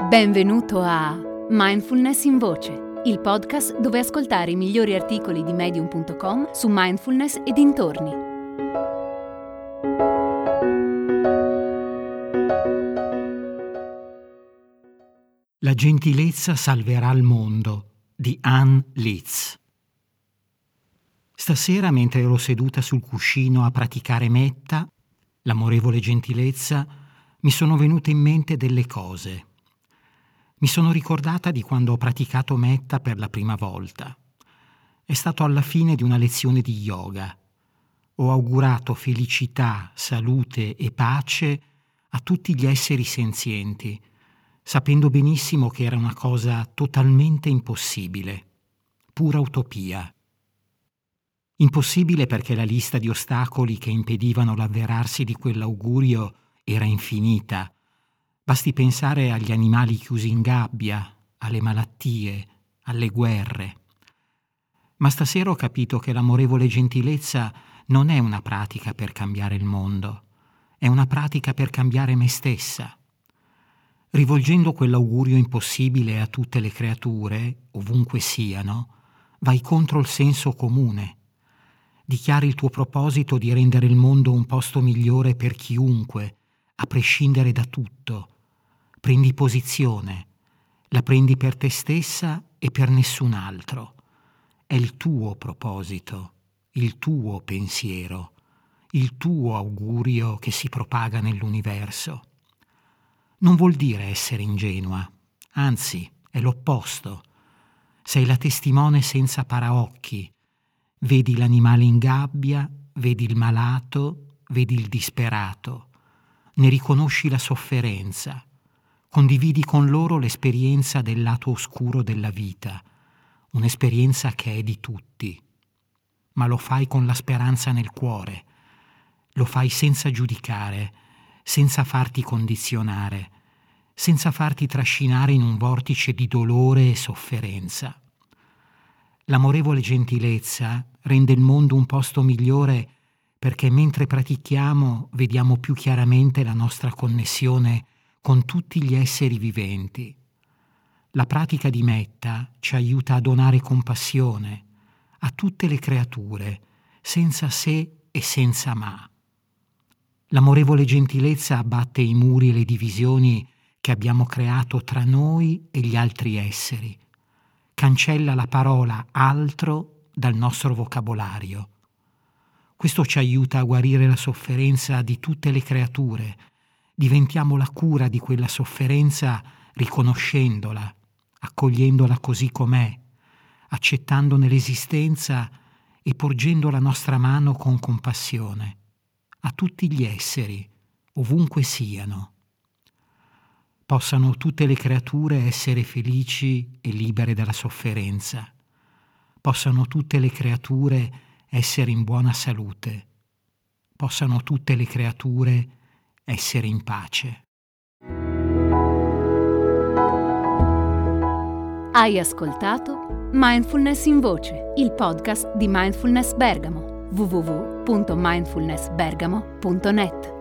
Benvenuto a Mindfulness in Voce, il podcast dove ascoltare i migliori articoli di Medium.com su mindfulness e dintorni. La gentilezza salverà il mondo di Ann Leeds. Stasera, mentre ero seduta sul cuscino a praticare metta, l'amorevole gentilezza, mi sono venute in mente delle cose. Mi sono ricordata di quando ho praticato metta per la prima volta. È stato alla fine di una lezione di yoga. Ho augurato felicità, salute e pace a tutti gli esseri senzienti, sapendo benissimo che era una cosa totalmente impossibile, pura utopia. Impossibile perché la lista di ostacoli che impedivano l'avverarsi di quell'augurio era infinita. Basti pensare agli animali chiusi in gabbia, alle malattie, alle guerre. Ma stasera ho capito che l'amorevole gentilezza non è una pratica per cambiare il mondo, è una pratica per cambiare me stessa. Rivolgendo quell'augurio impossibile a tutte le creature, ovunque siano, vai contro il senso comune. Dichiari il tuo proposito di rendere il mondo un posto migliore per chiunque, a prescindere da tutto. Prendi posizione, la prendi per te stessa e per nessun altro. È il tuo proposito, il tuo pensiero, il tuo augurio che si propaga nell'universo. Non vuol dire essere ingenua, anzi, è l'opposto. Sei la testimone senza paraocchi. Vedi l'animale in gabbia, vedi il malato, vedi il disperato. Ne riconosci la sofferenza. Condividi con loro l'esperienza del lato oscuro della vita, un'esperienza che è di tutti. Ma lo fai con la speranza nel cuore. Lo fai senza giudicare, senza farti condizionare, senza farti trascinare in un vortice di dolore e sofferenza. L'amorevole gentilezza rende il mondo un posto migliore perché mentre pratichiamo vediamo più chiaramente la nostra connessione con tutti gli esseri viventi. La pratica di metta ci aiuta a donare compassione a tutte le creature, senza se e senza ma. L'amorevole gentilezza abbatte i muri e le divisioni che abbiamo creato tra noi e gli altri esseri. Cancella la parola altro dal nostro vocabolario. Questo ci aiuta a guarire la sofferenza di tutte le creature. Diventiamo la cura di quella sofferenza riconoscendola, accogliendola così com'è, accettandone l'esistenza e porgendo la nostra mano con compassione a tutti gli esseri, ovunque siano. Possano tutte le creature essere felici e libere dalla sofferenza. Possano tutte le creature essere in buona salute. Possano tutte le creature essere in pace. Hai ascoltato Mindfulness in Voce, il podcast di Mindfulness Bergamo, www.mindfulnessbergamo.net.